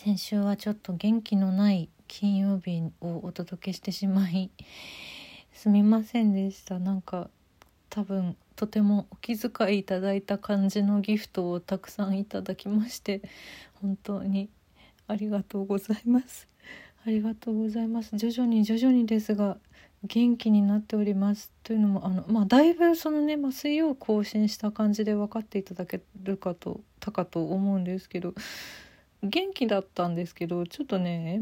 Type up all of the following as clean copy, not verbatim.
先週はちょっと元気のない金曜日をお届けしてしまいすみませんでした。なんか多分とてもお気遣いいただいた感じのギフトをたくさんいただきまして本当にありがとうございます。ありがとうございます。徐々にですが元気になっております。というのもだいぶそのね、水曜更新した感じで分かっていただけるかと思うんですけど、元気だったんですけどちょっとね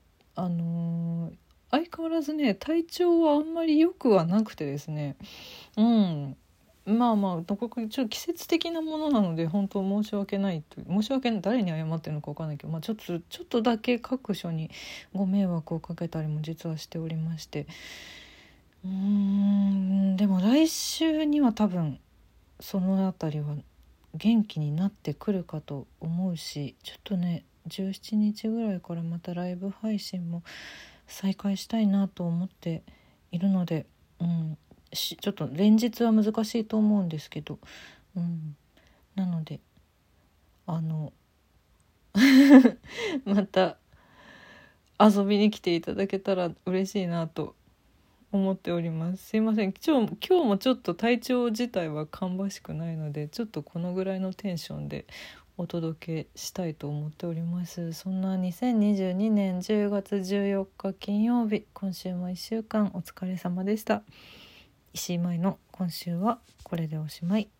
相変わらずね体調はあんまり良くはなくてですね、どこかちょっと季節的なものなので本当申し訳ない、誰に謝ってるのか分かんないけど、ちょっとだけ各所にご迷惑をかけたりも実はしておりまして、でも来週には多分そのあたりは元気になってくるかと思うし、ちょっとね17日ぐらいからまたライブ配信も再開したいなと思っているので、ちょっと連日は難しいと思うんですけど、なのでまた遊びに来ていただけたら嬉しいなと思っております。すいません、今日もちょっと体調自体は芳しくないのでちょっとこのぐらいのテンションでお届けしたいと思っております。そんな2022年10月14日金曜日、今週も1週間お疲れ様でした。石井舞の今週はこれでおしまい。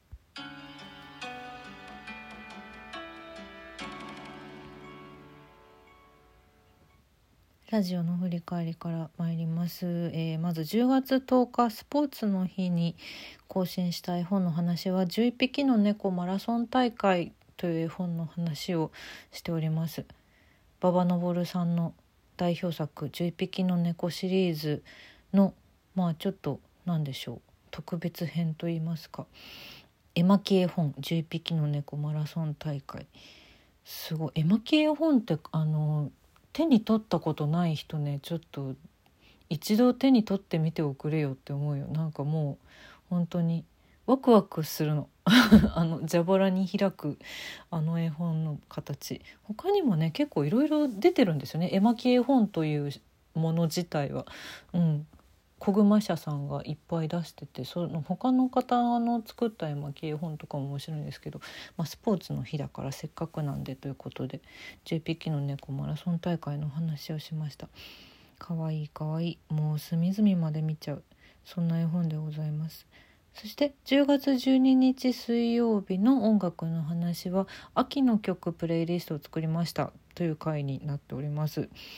ラジオの振り返りから参ります。まず10月10日スポーツの日に更新した絵本の話は11匹の猫マラソン大会という絵本の話をしております。馬場昇さんの代表作11匹の猫シリーズのちょっとなんでしょう、特別編といいますか、絵巻絵本11匹の猫マラソン大会、すごい。絵巻絵本って手に取ったことない人ね、ちょっと一度手に取ってみておくれよって思うよ。なんかもう本当にワクワクするの蛇腹に開く絵本の形、他にもね結構いろいろ出てるんですよね、絵巻絵本というもの自体は。小熊社さんがいっぱい出してて、その他の方の作った絵巻絵本とかも面白いんですけど、スポーツの日だからせっかくなんでということで11匹の猫マラソン大会の話をしました。かわいいもう隅々まで見ちゃう、そんな絵本でございます。そして10月12日水曜日の音楽の話は秋の曲プレイリストを作りましたという回になっております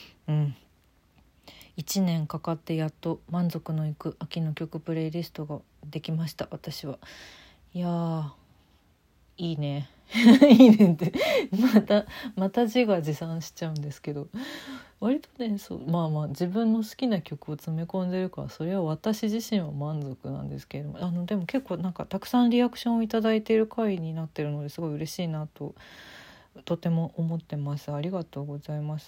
。1年かかってやっと満足のいく秋の曲プレイリストができました。私はいやーいいねいいねってまた自画自賛しちゃうんですけど、割とね自分の好きな曲を詰め込んでるからそれは私自身は満足なんですけれども、でも結構なんかたくさんリアクションをいただいている回になってるのですごい嬉しいなととても思ってます。ありがとうございます。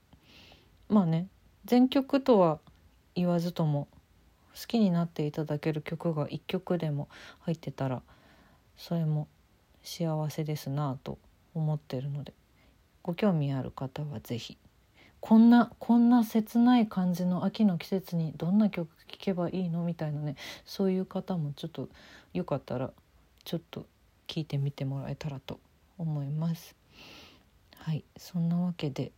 全曲とは言わずとも好きになっていただける曲が1曲でも入ってたらそれも幸せですなと思ってるので、ご興味ある方はぜひ。こんな切ない感じの秋の季節にどんな曲聴けばいいのみたいなね、そういう方もちょっとよかったらちょっと聴いてみてもらえたらと思います。はい、そんなわけで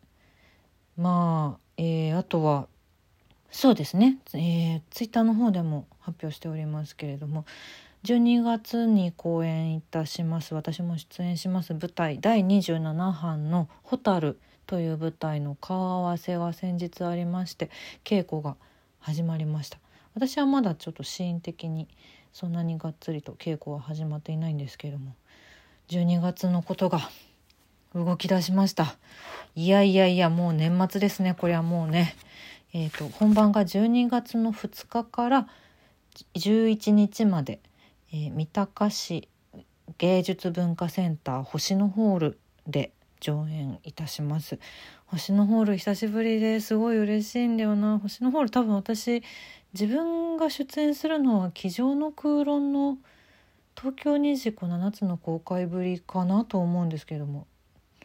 あとはそうですね、ツイッターの方でも発表しておりますけれども、12月に公演いたします、私も出演します舞台第27版のホタルという舞台の顔合わせが先日ありまして稽古が始まりました。私はまだちょっとシーン的にそんなにがっつりと稽古は始まっていないんですけれども、12月のことが動き出しました。いやもう年末ですね。これはもうね、本番が12月の2日から11日まで、三鷹市芸術文化センター星野ホールで上演いたします。星野ホール久しぶりですごい嬉しいんだよな。星野ホール多分私自分が出演するのは机上の空論の東京25 7つの公開ぶりかなと思うんですけども、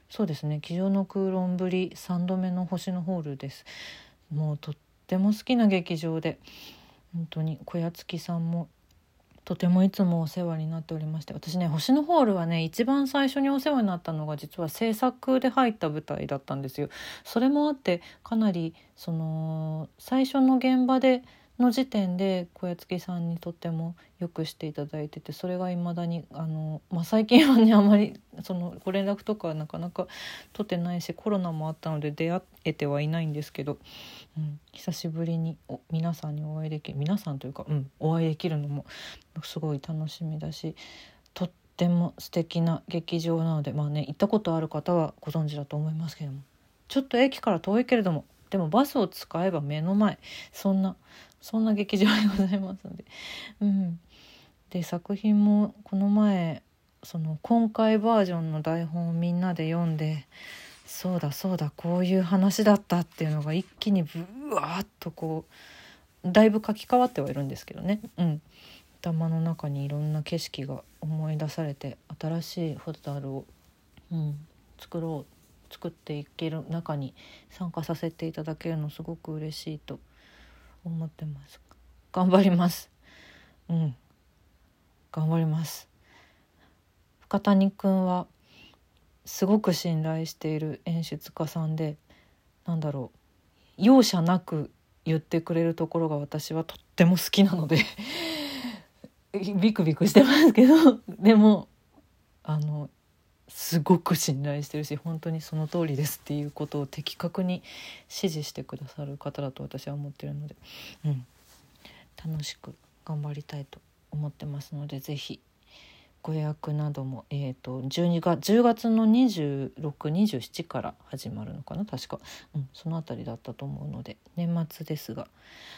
そうですね、机上の空論ぶり3度目の星のホールです。もうとっても好きな劇場で、本当に小屋付さんもとてもいつもお世話になっておりまして、私ね、星のホールはね、一番最初にお世話になったのが実は制作で入った舞台だったんですよ。それもあってかなり最初の現場での時点で小屋付さんにとってもよくしていただいてて、それが未だに最近はね、あまりご連絡とかなかなか取ってないし、コロナもあったので出会えてはいないんですけど、久しぶりに皆さんにお会いできる、皆さんというか、お会いできるのもすごい楽しみだし、とっても素敵な劇場なので、行ったことある方はご存知だと思いますけども、ちょっと駅から遠いけれども、でもバスを使えば目の前、そんな劇場でございますので、で作品もこの前今回バージョンの台本をみんなで読んで、そうだこういう話だったっていうのが一気にブワーッとだいぶ書き換わってはいるんですけどね、頭の中にいろんな景色が思い出されて、新しいホタルを、作っていける中に参加させていただけるのすごく嬉しいと思ってます。頑張ります。頑張ります。深谷くんはすごく信頼している演出家さんで、容赦なく言ってくれるところが私はとっても好きなのでビクビクしてますけど、でもすごく信頼してるし、本当にその通りですっていうことを的確に指示してくださる方だと私は思ってるので、楽しく頑張りたいと思ってますので、ぜひご予約なども、10月の26、27から始まるのかな、確か、そのあたりだったと思うので、月末ですが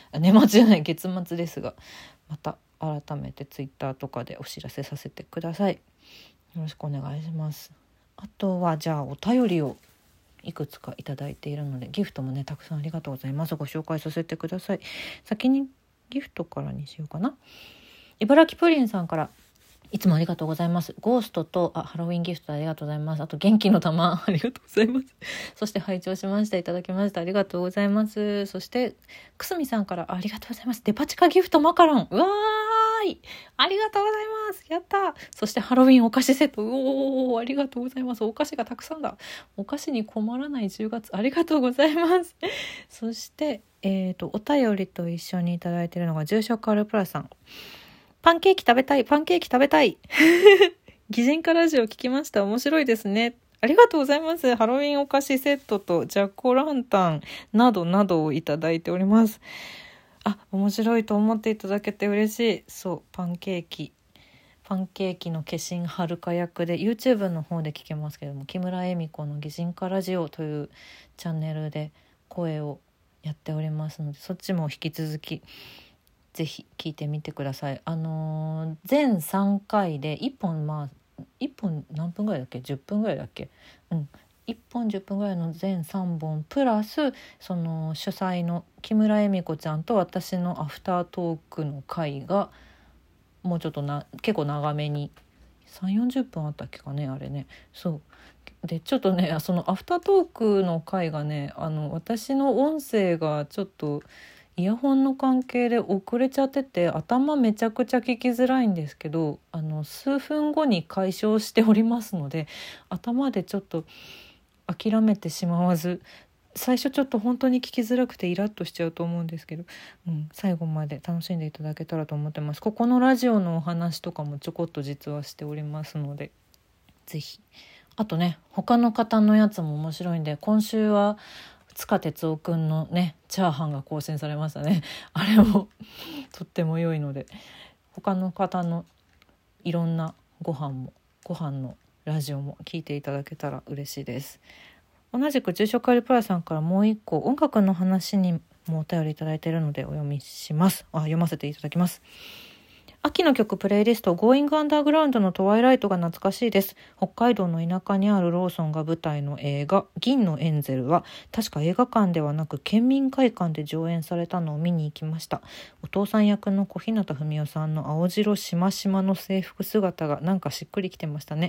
また改めてツイッターとかでお知らせさせてください。よろしくお願いします。あとはじゃあお便りをいくつかいただいているので、ギフトもねたくさんありがとうございます。ご紹介させてください。先にギフトからにしようかな。茨城プリンさんからいつもありがとうございます。ゴーストとハロウィンギフトありがとうございます。あと元気の玉ありがとうございます。そして拝聴しました、いただきました、ありがとうございます。そしてくすみさんからありがとうございます。デパ地下ギフトマカロン、うわーい、ありがとうございます。やった。そしてハロウィンお菓子セット、ありがとうございます。お菓子がたくさんだ。お菓子に困らない10月、ありがとうございます。そしてお便りと一緒にいただいているのが住職アルプラさん。パンケーキ食べたい擬人化ラジオ聞きました。面白いですね。ありがとうございます。ハロウィンお菓子セットとジャックオランタンなどなどをいただいております。面白いと思っていただけて嬉しい。そう、パンケーキの化身はるか役で YouTube の方で聞けますけども、木村恵美子の擬人化ラジオというチャンネルで声をやっておりますので、そっちも引き続きぜひ聞いてみてください。全3回で1本何分ぐらいだっけ、10分ぐらいだっけ、1本10分ぐらいの全3本プラスその主催の木村恵美子ちゃんと私のアフタートークの回がもうちょっと結構長めに30-40分あったっけかね、あれね。そうで、ちょっとね、そのアフタートークの回がね、私の音声がちょっとイヤホンの関係で遅れちゃってて、頭めちゃくちゃ聞きづらいんですけど、数分後に解消しておりますので、頭でちょっと諦めてしまわず、最初ちょっと本当に聞きづらくてイラッとしちゃうと思うんですけど、最後まで楽しんでいただけたらと思ってます。ここのラジオのお話とかもちょこっと実はしておりますので、ぜひ。あとね、他の方のやつも面白いんで、今週は塚哲夫くんのねチャーハンが更新されましたね。あれもとっても良いので、他の方のいろんなご飯のラジオも聞いていただけたら嬉しいです。同じく住職アリプラさんからもう一個音楽の話にもお便りいただいているのでお読みします。読ませていただきます。秋の曲プレイリスト Going Underground のトワイライトが懐かしいです。北海道の田舎にあるローソンが舞台の映画銀のエンゼルは確か映画館ではなく県民会館で上演されたのを見に行きました。お父さん役の小日向文世さんの青白しましまの制服姿がなんかしっくりきてましたね。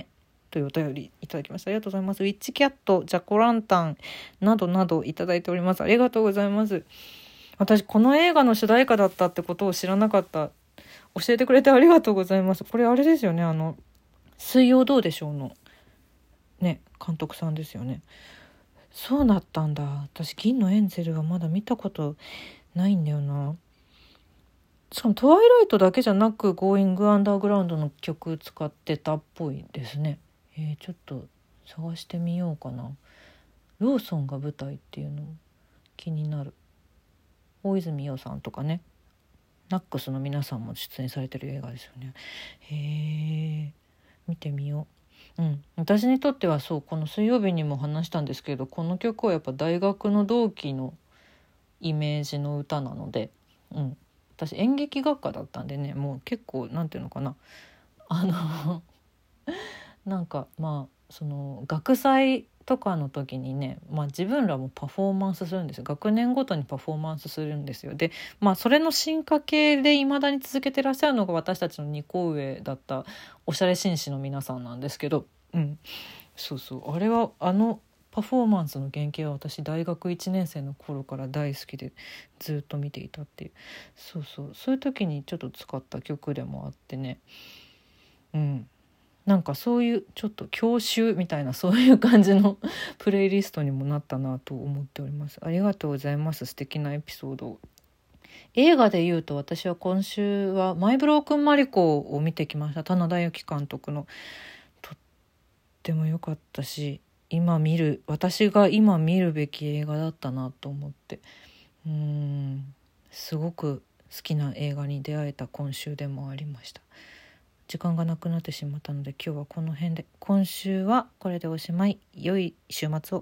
というお便りいただきました。ありがとうございます。ウィッチキャット、ジャコランタンなどなどいただいております。ありがとうございます。私この映画の主題歌だったってことを知らなかった。教えてくれてありがとうございます。これあれですよね、水曜どうでしょうのね監督さんですよね。そうだったんだ。私銀のエンゼルはまだ見たことないんだよな。しかもトワイライトだけじゃなくゴーイングアンダーグラウンドの曲使ってたっぽいですね。ちょっと探してみようかな。ローソンが舞台っていうのも気になる。大泉洋さんとかね、ナックスの皆さんも出演されてる映画ですよね。見てみよう。私にとってはそう、この水曜日にも話したんですけど、この曲はやっぱ大学の同期のイメージの歌なので、私演劇学科だったんでね、もう結構なんていうのかな、なんかその学祭とかの時にね、自分らもパフォーマンスするんですよ。学年ごとにパフォーマンスするんですよ。でそれの進化系で未だに続けてらっしゃるのが私たちの2個上だったおしゃれ紳士の皆さんなんですけど、そうそう、あれはパフォーマンスの原型は私大学1年生の頃から大好きでずっと見ていたっていう、そういう時にちょっと使った曲でもあってね、なんかそういうちょっと教習みたいなそういう感じのプレイリストにもなったなと思っております。ありがとうございます。素敵なエピソード。映画で言うと私は今週はマイブロークンマリコを見てきました。棚田由紀監督の。とっても良かったし、私が今見るべき映画だったなと思って、すごく好きな映画に出会えた今週でもありました。時間がなくなってしまったので今日はこの辺で、今週はこれでおしまい。良い週末を。